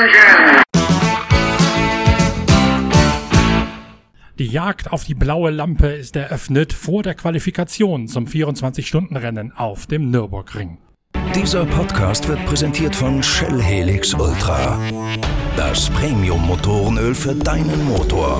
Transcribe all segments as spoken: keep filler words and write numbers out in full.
Attention! Die Jagd auf die blaue Lampe ist eröffnet vor der Qualifikation zum vierundzwanzig-Stunden-Rennen auf dem Nürburgring. Dieser Podcast wird präsentiert von Shell Helix Ultra. Das Premium-Motorenöl für deinen Motor.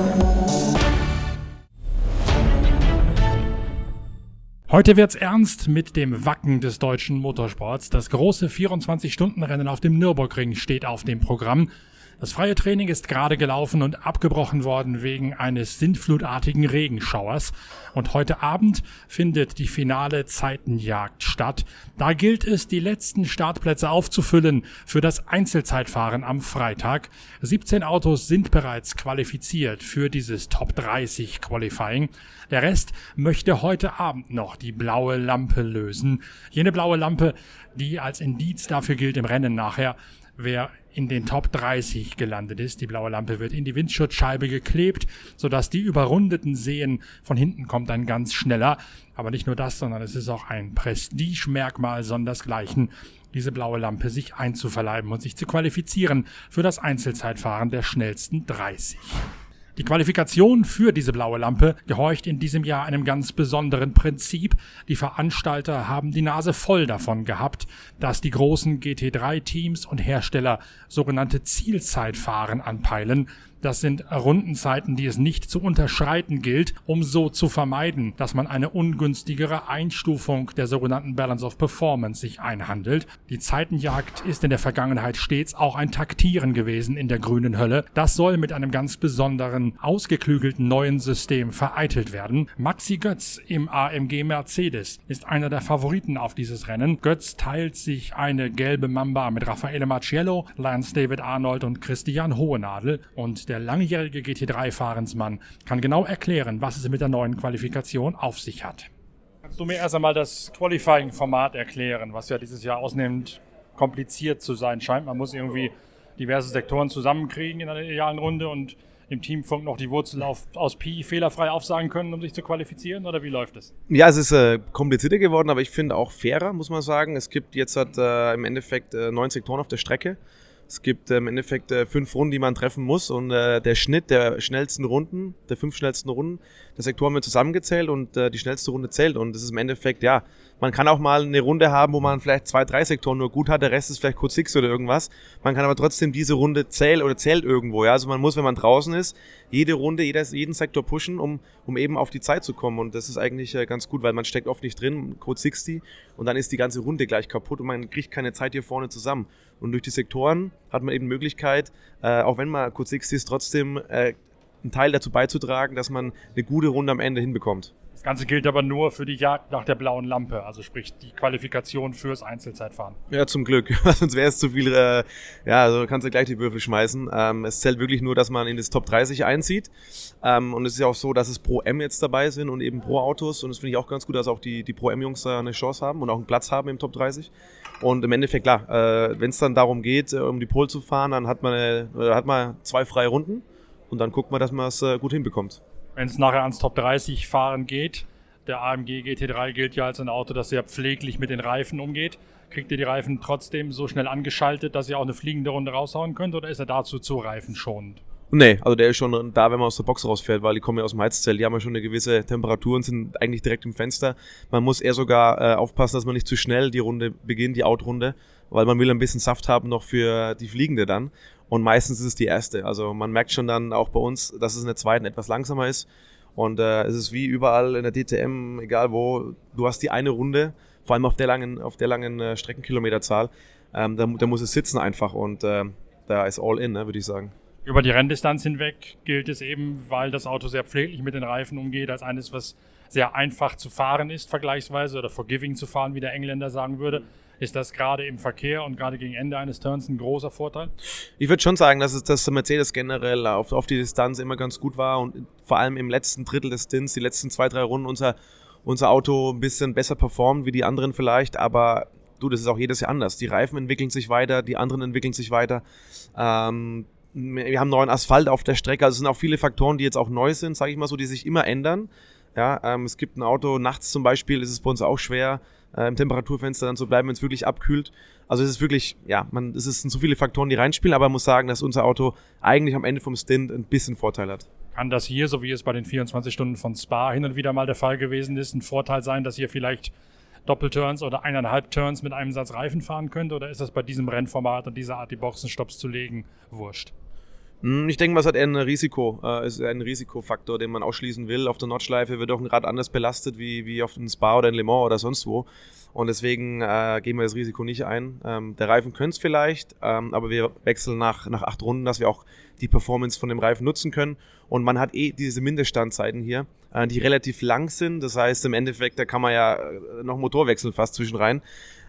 Heute wird's ernst mit dem Wacken des deutschen Motorsports. Das große vierundzwanzig-Stunden-Rennen auf dem Nürburgring steht auf dem Programm. Das freie Training ist gerade gelaufen und abgebrochen worden wegen eines sintflutartigen Regenschauers. Und heute Abend findet die finale Zeitenjagd statt. Da gilt es, die letzten Startplätze aufzufüllen für das Einzelzeitfahren am Freitag. siebzehn Autos sind bereits qualifiziert für dieses Top dreißig Qualifying. Der Rest möchte heute Abend noch die blaue Lampe lösen. Jene blaue Lampe, die als Indiz dafür gilt im Rennen nachher, wer in den Top dreißig gelandet ist. Die blaue Lampe wird in die Windschutzscheibe geklebt, sodass die Überrundeten sehen, von hinten kommt ein ganz schneller. Aber nicht nur das, sondern es ist auch ein Prestigemerkmal sondersgleichen, diese blaue Lampe sich einzuverleiben und sich zu qualifizieren für das Einzelzeitfahren der schnellsten dreißig. Die Qualifikation für diese blaue Lampe gehorcht in diesem Jahr einem ganz besonderen Prinzip. Die Veranstalter haben die Nase voll davon gehabt, dass die großen G T drei Teams und Hersteller sogenannte Zielzeitfahren anpeilen. Das sind Rundenzeiten, die es nicht zu unterschreiten gilt, um so zu vermeiden, dass man eine ungünstigere Einstufung der sogenannten Balance of Performance sich einhandelt. Die Zeitenjagd ist in der Vergangenheit stets auch ein Taktieren gewesen in der grünen Hölle. Das soll mit einem ganz besonderen, ausgeklügelten neuen System vereitelt werden. Maxi Götz im A M G Mercedes ist einer der Favoriten auf dieses Rennen. Götz teilt sich eine gelbe Mamba mit Raffaele Marciello, Lance David Arnold und Christian Hohenadel, und der langjährige G T drei Fahrensmann kann genau erklären, was es mit der neuen Qualifikation auf sich hat. Kannst du mir erst einmal das Qualifying-Format erklären, was ja dieses Jahr ausnehmend kompliziert zu sein scheint? Man muss irgendwie diverse Sektoren zusammenkriegen in einer idealen Runde und im Teamfunk noch die Wurzel auf, aus Pi fehlerfrei aufsagen können, um sich zu qualifizieren, oder wie läuft es? Ja, es ist äh, komplizierter geworden, aber ich finde auch fairer, muss man sagen. Es gibt jetzt halt, äh, im Endeffekt äh, neun Sektoren auf der Strecke. Es gibt äh, im Endeffekt äh, fünf Runden, die man treffen muss, und äh, der Schnitt der schnellsten Runden, der fünf schnellsten Runden, der Sektoren wird zusammengezählt und äh, die schnellste Runde zählt, und das ist im Endeffekt, ja, man kann auch mal eine Runde haben, wo man vielleicht zwei, drei Sektoren nur gut hat, der Rest ist vielleicht Code sechs oder irgendwas. Man kann aber trotzdem diese Runde zählen oder zählt irgendwo, ja, also man muss, wenn man draußen ist, jede Runde, jeder, jeden Sektor pushen, um, um eben auf die Zeit zu kommen, und das ist eigentlich äh, ganz gut, weil man steckt oft nicht drin, Code sechzig, und dann ist die ganze Runde gleich kaputt und man kriegt keine Zeit hier vorne zusammen. Und durch die Sektoren hat man eben Möglichkeit, äh, auch wenn man Code sechzig ist, trotzdem äh, einen Teil dazu beizutragen, dass man eine gute Runde am Ende hinbekommt. Das Ganze gilt aber nur für die Jagd nach der blauen Lampe, also sprich die Qualifikation fürs Einzelzeitfahren. Ja, zum Glück, sonst wäre es zu viel, äh, ja, also kannst du gleich die Würfel schmeißen. Ähm, es zählt wirklich nur, dass man in das Top dreißig einzieht, ähm, und es ist ja auch so, dass es Pro-M jetzt dabei sind und eben Pro-Autos, und das finde ich auch ganz gut, dass auch die, die Pro-M-Jungs da eine Chance haben und auch einen Platz haben im Top dreißig. Und im Endeffekt, klar, äh, wenn es dann darum geht, äh, um die Pole zu fahren, dann hat man, äh, hat man zwei freie Runden, und dann guckt man, dass man es äh, gut hinbekommt. Wenn es nachher ans Top dreißig fahren geht, der A M G G T drei gilt ja als ein Auto, das sehr pfleglich mit den Reifen umgeht. Kriegt ihr die Reifen trotzdem so schnell angeschaltet, dass ihr auch eine fliegende Runde raushauen könnt, oder ist er dazu zu reifenschonend? Nee, also der ist schon da, wenn man aus der Box rausfährt, weil die kommen ja aus dem Heizzelt, die haben ja schon eine gewisse Temperatur und sind eigentlich direkt im Fenster. Man muss eher sogar äh, aufpassen, dass man nicht zu schnell die Runde beginnt, die Outrunde, weil man will ein bisschen Saft haben noch für die fliegende dann. Und meistens ist es die erste. Also man merkt schon dann auch bei uns, dass es in der zweiten etwas langsamer ist. Und äh, es ist wie überall in der D T M, egal wo, du hast die eine Runde, vor allem auf der langen, auf der langen äh, Streckenkilometerzahl, ähm, da, da muss es sitzen einfach, und äh, da ist all in, ne, würde ich sagen. Über die Renndistanz hinweg gilt es eben, weil das Auto sehr pfleglich mit den Reifen umgeht, als eines, was sehr einfach zu fahren ist vergleichsweise, oder forgiving zu fahren, wie der Engländer sagen würde. Ist das gerade im Verkehr und gerade gegen Ende eines Turns ein großer Vorteil? Ich würde schon sagen, dass es das Mercedes generell auf, auf die Distanz immer ganz gut war, und vor allem im letzten Drittel des Stints, die letzten zwei, drei Runden, unser, unser Auto ein bisschen besser performt wie die anderen vielleicht, aber du, das ist auch jedes Jahr anders. Die Reifen entwickeln sich weiter, die anderen entwickeln sich weiter. Ähm, wir haben neuen Asphalt auf der Strecke, also es sind auch viele Faktoren, die jetzt auch neu sind, sage ich mal so, die sich immer ändern. Ja, ähm, es gibt ein Auto, nachts zum Beispiel ist es bei uns auch schwer, äh, im Temperaturfenster dann zu bleiben, wenn es wirklich abkühlt. Also es ist wirklich, ja, man, es sind so viele Faktoren, die reinspielen, aber man muss sagen, dass unser Auto eigentlich am Ende vom Stint ein bisschen Vorteil hat. Kann das hier, so wie es bei den vierundzwanzig Stunden von Spa hin und wieder mal der Fall gewesen ist, ein Vorteil sein, dass ihr vielleicht Doppelturns oder eineinhalb Turns mit einem Satz Reifen fahren könnt? Oder ist das bei diesem Rennformat und dieser Art, die Boxenstopps zu legen, wurscht? Ich denke mal, es hat eher ein Risiko, äh, ist ein Risikofaktor, den man ausschließen will. Auf der Nordschleife wird auch ein Rad anders belastet wie, wie auf dem Spa oder in Le Mans oder sonst wo. Und deswegen äh, gehen wir das Risiko nicht ein. Ähm, der Reifen könnte es vielleicht, ähm, aber wir wechseln nach, nach acht Runden, dass wir auch die Performance von dem Reifen nutzen können. Und man hat eh diese Mindeststandzeiten hier, äh, die relativ lang sind. Das heißt, im Endeffekt, da kann man ja noch Motor wechseln fast zwischenrein.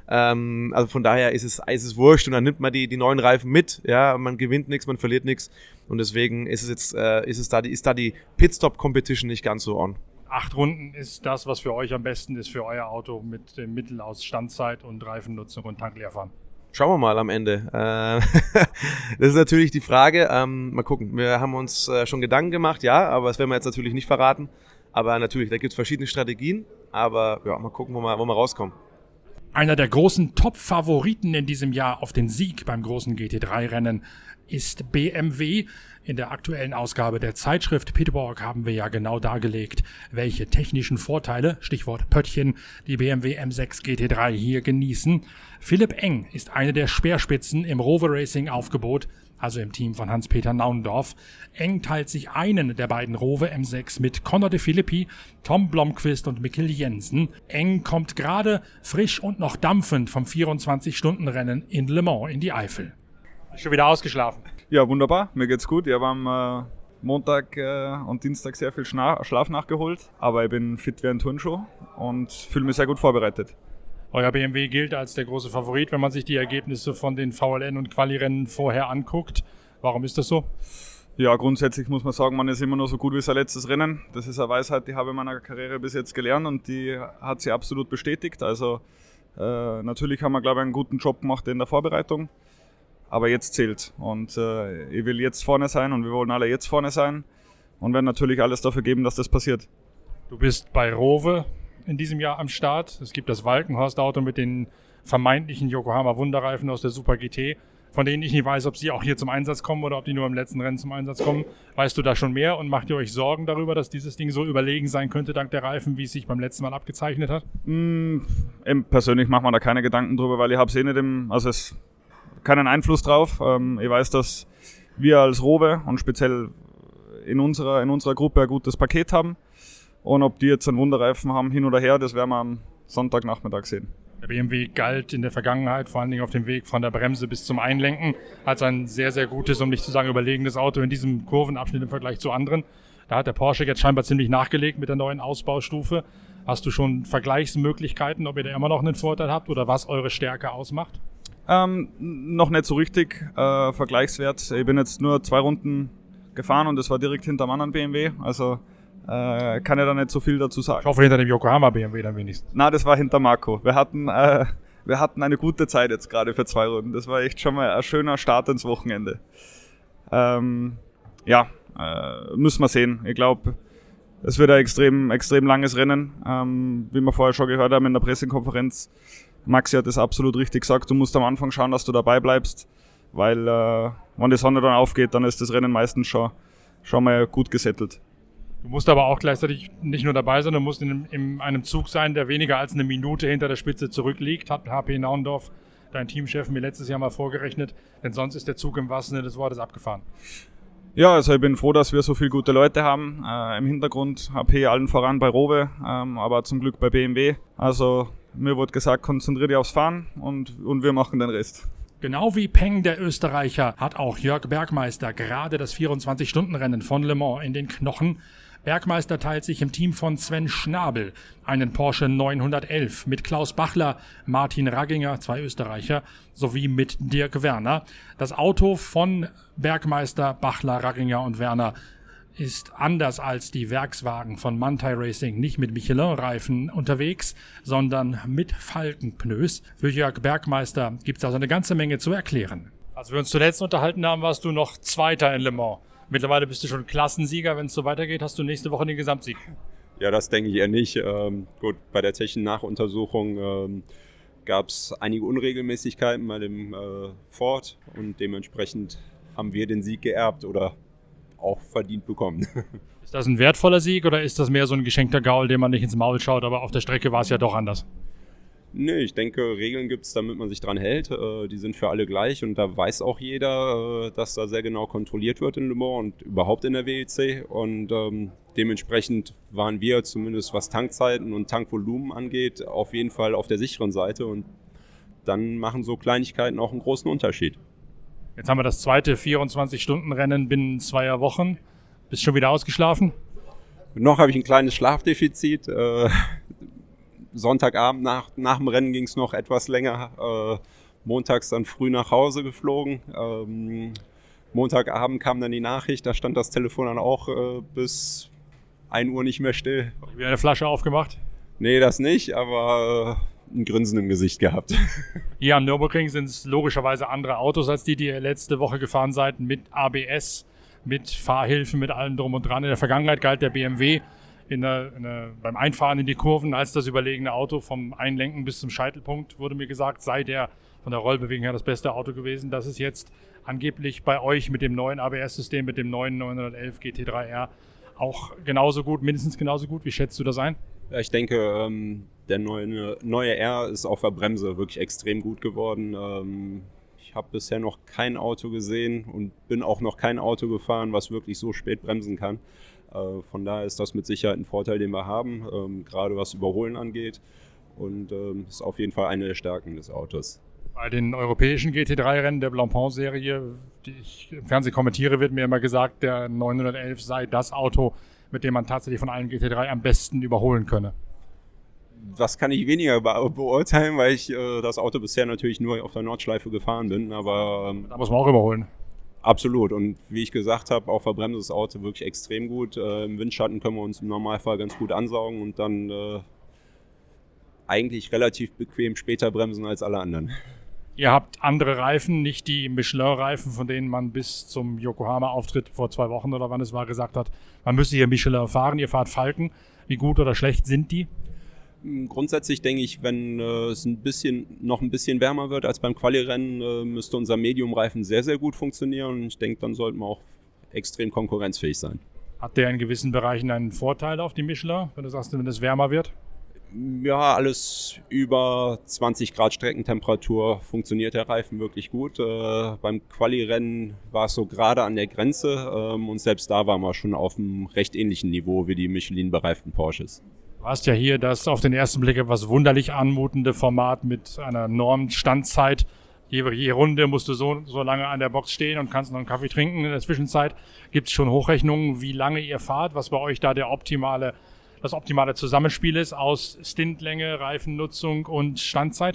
Ähm, also von daher ist es, ist es wurscht und dann nimmt man die, die neuen Reifen mit. Ja, man gewinnt nichts, man verliert nichts. Und deswegen ist es jetzt, äh, ist es da die, ist da die Pitstop-Competition nicht ganz so on. Acht Runden ist das, was für euch am besten ist für euer Auto mit dem Mittel aus Standzeit und Reifennutzung und Tankleerfahren. Schauen wir mal am Ende. Äh, das ist natürlich die Frage. Ähm, mal gucken. Wir haben uns äh, schon Gedanken gemacht, ja, aber das werden wir jetzt natürlich nicht verraten. Aber natürlich, da gibt es verschiedene Strategien. Aber ja, mal gucken, wo wir, wo wir rauskommen. Einer der großen Top-Favoriten in diesem Jahr auf den Sieg beim großen G T drei Rennen ist B M W. In der aktuellen Ausgabe der Zeitschrift Pitwalk haben wir ja genau dargelegt, welche technischen Vorteile, Stichwort Pöttchen, die B M W M sechs G T drei hier genießen. Philipp Eng ist eine der Speerspitzen im Rover Racing Aufgebot, also im Team von Hans-Peter Naundorf. Eng teilt sich einen der beiden Rover M sechs mit Conor De Filippi, Tom Blomqvist und Mikkel Jensen. Eng kommt gerade frisch und noch dampfend vom vierundzwanzig-Stunden-Rennen in Le Mans in die Eifel. Schon wieder ausgeschlafen? Ja, wunderbar. Mir geht's gut. Ich habe am äh, Montag äh, und Dienstag sehr viel Schna- Schlaf nachgeholt, aber ich bin fit wie ein Turnschuh und fühle mich sehr gut vorbereitet. Euer B M W gilt als der große Favorit, wenn man sich die Ergebnisse von den V L N- und Quali-Rennen vorher anguckt. Warum ist das so? Ja, grundsätzlich muss man sagen, man ist immer nur so gut wie sein letztes Rennen. Das ist eine Weisheit, die habe ich in meiner Karriere bis jetzt gelernt und die hat sie absolut bestätigt. Also äh, natürlich haben wir, glaube ich, einen guten Job gemacht in der Vorbereitung, aber jetzt zählt. Und äh, ich will jetzt vorne sein und wir wollen alle jetzt vorne sein und werden natürlich alles dafür geben, dass das passiert. Du bist bei Rowe in diesem Jahr am Start. Es gibt das Walkenhorst-Auto mit den vermeintlichen Yokohama-Wunderreifen aus der Super G T, von denen ich nicht weiß, ob sie auch hier zum Einsatz kommen oder ob die nur im letzten Rennen zum Einsatz kommen. Weißt du da schon mehr und macht ihr euch Sorgen darüber, dass dieses Ding so überlegen sein könnte dank der Reifen, wie es sich beim letzten Mal abgezeichnet hat? Mm, persönlich macht man da keine Gedanken drüber, weil ich habe es eh nicht im, also es keinen Einfluss drauf. Ähm, ich weiß, dass wir als Rowe und speziell in unserer, in unserer Gruppe ein gutes Paket haben. Und ob die jetzt einen Wunderreifen haben, hin oder her, das werden wir am Sonntagnachmittag sehen. Der B M W galt in der Vergangenheit, vor allen Dingen auf dem Weg von der Bremse bis zum Einlenken, als ein sehr, sehr gutes, um nicht zu sagen überlegenes Auto in diesem Kurvenabschnitt im Vergleich zu anderen. Da hat der Porsche jetzt scheinbar ziemlich nachgelegt mit der neuen Ausbaustufe. Hast du schon Vergleichsmöglichkeiten, ob ihr da immer noch einen Vorteil habt oder was eure Stärke ausmacht? Ähm, noch nicht so richtig äh, vergleichswert. Ich bin jetzt nur zwei Runden gefahren und das war direkt hinterm anderen B M W. Also äh, kann ich da nicht so viel dazu sagen. Ich hoffe hinter dem Yokohama B M W dann wenigstens. Nein, das war hinter Marco. Wir hatten, äh, wir hatten eine gute Zeit jetzt gerade für zwei Runden. Das war echt schon mal ein schöner Start ins Wochenende. Ähm, ja, äh, müssen wir sehen. Ich glaube, es wird ein extrem, extrem langes Rennen. Ähm, wie wir vorher schon gehört haben in der Pressekonferenz, Maxi hat das absolut richtig gesagt. Du musst am Anfang schauen, dass du dabei bleibst, weil äh, wenn die Sonne dann aufgeht, dann ist das Rennen meistens schon, schon mal gut gesettelt. Du musst aber auch gleichzeitig nicht nur dabei sein, du musst in, in einem Zug sein, der weniger als eine Minute hinter der Spitze zurückliegt, hat H P Naundorf, dein Teamchef, mir letztes Jahr mal vorgerechnet, denn sonst ist der Zug im wahrsten Sinne des Wortes abgefahren. Ja, also ich bin froh, dass wir so viele gute Leute haben. Äh, im Hintergrund H P allen voran bei Rowe, ähm, aber zum Glück bei B M W. Also mir wurde gesagt, konzentriere dich aufs Fahren und, und wir machen den Rest. Genau wie Peng, der Österreicher, hat auch Jörg Bergmeister gerade das vierundzwanzig-Stunden-Rennen von Le Mans in den Knochen. Bergmeister teilt sich im Team von Sven Schnabel einen Porsche neunhundertelf mit Klaus Bachler, Martin Ragginger, zwei Österreicher, sowie mit Dirk Werner. Das Auto von Bergmeister, Bachler, Ragginger und Werner ist anders als die Werkswagen von Manthey Racing nicht mit Michelin-Reifen unterwegs, sondern mit Falkenpneus. Für Jörg Bergmeister gibt es also eine ganze Menge zu erklären. Als wir uns zuletzt unterhalten haben, warst du noch Zweiter in Le Mans. Mittlerweile bist du schon Klassensieger. Wenn es so weitergeht, hast du nächste Woche den Gesamtsieg. Ja, das denke ich eher nicht. Ähm, gut, bei der technischen Nachuntersuchung ähm, gab es einige Unregelmäßigkeiten bei dem äh, Ford und dementsprechend haben wir den Sieg geerbt oder auch verdient bekommen. Ist das ein wertvoller Sieg oder ist das mehr so ein geschenkter Gaul, dem man nicht ins Maul schaut, aber auf der Strecke war es ja doch anders? Nee, ich denke, Regeln gibt es, damit man sich dran hält. Äh, die sind für alle gleich und da weiß auch jeder, äh, dass da sehr genau kontrolliert wird in Le Mans und überhaupt in der W E C. Und ähm, dementsprechend waren wir zumindest, was Tankzeiten und Tankvolumen angeht, auf jeden Fall auf der sicheren Seite. Und dann machen so Kleinigkeiten auch einen großen Unterschied. Jetzt haben wir das zweite vierundzwanzig-Stunden-Rennen binnen zweier Wochen. Bist du schon wieder ausgeschlafen? Noch habe ich ein kleines Schlafdefizit. Äh, Sonntagabend nach, nach dem Rennen ging es noch etwas länger. Äh, montags dann früh nach Hause geflogen. Ähm, Montagabend kam dann die Nachricht, da stand das Telefon dann auch äh, bis ein Uhr nicht mehr still. Wieder eine Flasche aufgemacht? Nee, das nicht, aber äh, ein Grinsen im Gesicht gehabt. Hier am Nürburgring sind es logischerweise andere Autos als die, die ihr letzte Woche gefahren seid, mit A B S, mit Fahrhilfen, mit allem drum und dran. In der Vergangenheit galt der B M W in der, in der, beim Einfahren in die Kurven als das überlegene Auto. Vom Einlenken bis zum Scheitelpunkt wurde mir gesagt, sei der von der Rollbewegung her das beste Auto gewesen. Das ist jetzt angeblich bei euch mit dem neuen A B S-System, mit dem neuen neunhundertelf G T drei R auch genauso gut, mindestens genauso gut. Wie schätzt du das ein? Ja, ich denke, ähm, der neue, neue R ist auf der Bremse wirklich extrem gut geworden. Ähm, ich habe bisher noch kein Auto gesehen und bin auch noch kein Auto gefahren, was wirklich so spät bremsen kann. Äh, von daher ist das mit Sicherheit ein Vorteil, den wir haben, ähm, gerade was Überholen angeht. Und ähm, ist auf jeden Fall eine der Stärken des Autos. Bei den europäischen G T drei Rennen der Blancpain-Serie, die ich im Fernsehen kommentiere, wird mir immer gesagt, der neunhundertelf sei das Auto, mit dem man tatsächlich von allen G T drei am besten überholen könne. Das kann ich weniger be- beurteilen, weil ich äh, das Auto bisher natürlich nur auf der Nordschleife gefahren bin. Aber ähm, da muss man auch überholen. Absolut. Und wie ich gesagt habe, auf der Bremse ist das Auto wirklich extrem gut. Äh, Im Windschatten können wir uns im Normalfall ganz gut ansaugen und dann äh, eigentlich relativ bequem später bremsen als alle anderen. Ihr habt andere Reifen, nicht die Michelin-Reifen, von denen man bis zum Yokohama-Auftritt vor zwei Wochen oder wann es war gesagt hat, man müsse hier Michelin fahren. Ihr fahrt Falken. Wie gut oder schlecht sind die? Grundsätzlich denke ich, wenn äh, es ein bisschen, noch ein bisschen wärmer wird als beim Quali-Rennen, äh, müsste unser Medium-Reifen sehr, sehr gut funktionieren. Und ich denke, dann sollten wir auch extrem konkurrenzfähig sein. Hat der in gewissen Bereichen einen Vorteil auf die Michelin, wenn du sagst, wenn es wärmer wird? Ja, alles über zwanzig Grad Streckentemperatur funktioniert der Reifen wirklich gut. Äh, beim Quali-Rennen war es so gerade an der Grenze ähm, und selbst da waren wir schon auf einem recht ähnlichen Niveau wie die Michelin-bereiften Porsches. Du hast ja hier das auf den ersten Blick etwas wunderlich anmutende Format mit einer Normstandzeit. Je, je Runde musst du so, so lange an der Box stehen und kannst noch einen Kaffee trinken. In der Zwischenzeit gibt es schon Hochrechnungen, wie lange ihr fahrt, was bei euch da der optimale, das optimale Zusammenspiel ist aus Stintlänge, Reifennutzung und Standzeit?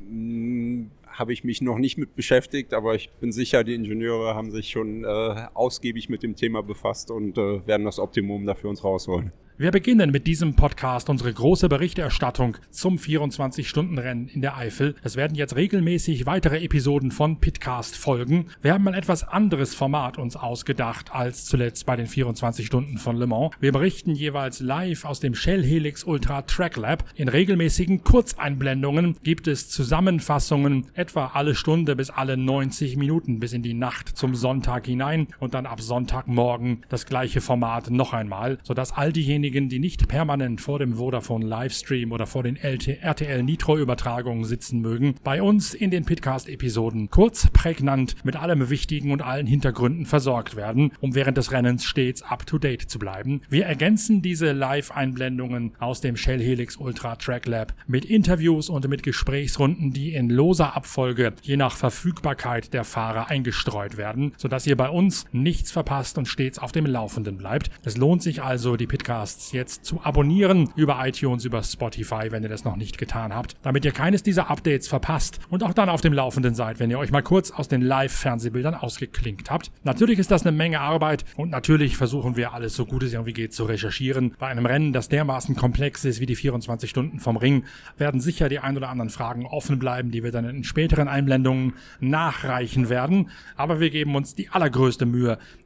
Hm, habe ich mich noch nicht mit beschäftigt, aber ich bin sicher, die Ingenieure haben sich schon äh, ausgiebig mit dem Thema befasst und äh, werden das Optimum dafür uns rausholen. Wir beginnen mit diesem Podcast unsere große Berichterstattung zum vierundzwanzig-Stunden-Rennen in der Eifel. Es werden jetzt regelmäßig weitere Episoden von Pitcast folgen. Wir haben mal etwas anderes Format uns ausgedacht als zuletzt bei den vierundzwanzig Stunden von Le Mans. Wir berichten jeweils live aus dem Shell Helix Ultra Track Lab. In regelmäßigen Kurzeinblendungen gibt es Zusammenfassungen etwa alle Stunde bis alle neunzig Minuten bis in die Nacht zum Sonntag hinein und dann ab Sonntagmorgen das gleiche Format noch einmal, sodass all diejenigen, die nicht permanent vor dem Vodafone Livestream oder vor den R T L Nitro Übertragungen sitzen mögen, bei uns in den Pitcast-Episoden kurz, prägnant mit allem Wichtigen und allen Hintergründen versorgt werden, um während des Rennens stets up-to-date zu bleiben. Wir ergänzen diese Live-Einblendungen aus dem Shell Helix Ultra Track Lab mit Interviews und mit Gesprächsrunden, die in loser Abfolge je nach Verfügbarkeit der Fahrer eingestreut werden, sodass ihr bei uns nichts verpasst und stets auf dem Laufenden bleibt. Es lohnt sich also, die Pitcasts jetzt zu abonnieren über iTunes, über Spotify, wenn ihr das noch nicht getan habt, damit ihr keines dieser Updates verpasst und auch dann auf dem Laufenden seid, wenn ihr euch mal kurz aus den Live-Fernsehbildern ausgeklinkt habt. Natürlich ist das eine Menge Arbeit und natürlich versuchen wir alles so gut es irgendwie geht zu recherchieren. Bei einem Rennen, das dermaßen komplex ist wie die vierundzwanzig Stunden vom Ring, werden sicher die ein oder anderen Fragen offen bleiben, die wir dann in späteren Einblendungen nachreichen werden. Aber wir geben uns die allergrößte Mühe,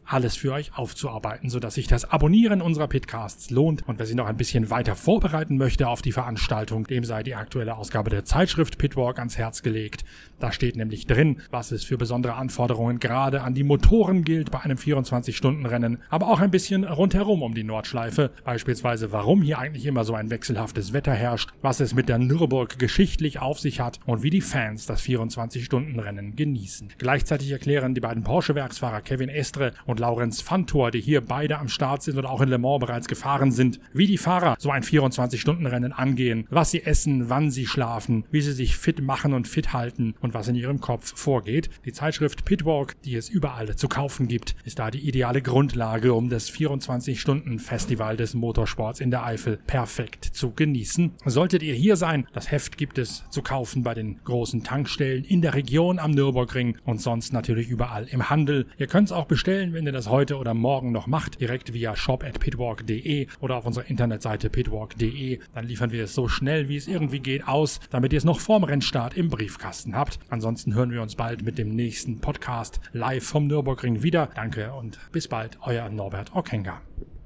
alles für euch aufzuarbeiten, sodass sich das Abonnieren unserer Pitcasts lohnt. Und wer sich noch ein bisschen weiter vorbereiten möchte auf die Veranstaltung, dem sei die aktuelle Ausgabe der Zeitschrift Pitwalk ans Herz gelegt. Da steht nämlich drin, was es für besondere Anforderungen gerade an die Motoren gilt bei einem vierundzwanzig-Stunden-Rennen, aber auch ein bisschen rundherum um die Nordschleife, beispielsweise warum hier eigentlich immer so ein wechselhaftes Wetter herrscht, was es mit der Nürburg geschichtlich auf sich hat und wie die Fans das vierundzwanzig-Stunden-Rennen genießen. Gleichzeitig erklären die beiden Porsche-Werksfahrer Kevin Estre und Laurenz Fantor, die hier beide am Start sind und auch in Le Mans bereits gefahren sind, wie die Fahrer so ein vierundzwanzig-Stunden-Rennen angehen, was sie essen, wann sie schlafen, wie sie sich fit machen und fit halten und was in ihrem Kopf vorgeht. Die Zeitschrift Pitwalk, die es überall zu kaufen gibt, ist da die ideale Grundlage, um das vierundzwanzig-Stunden-Festival des Motorsports in der Eifel perfekt zu genießen. Solltet ihr hier sein, das Heft gibt es zu kaufen bei den großen Tankstellen in der Region am Nürburgring und sonst natürlich überall im Handel. Ihr könnt es auch bestellen, wenn ihr das heute oder morgen noch macht, direkt via shop at pitwalk punkt de oder auf unserer Internetseite pitwalk punkt de. Dann liefern wir es so schnell, wie es irgendwie geht, aus, damit ihr es noch vorm Rennstart im Briefkasten habt. Ansonsten hören wir uns bald mit dem nächsten Podcast live vom Nürburgring wieder. Danke und bis bald, euer Norbert Ockenger.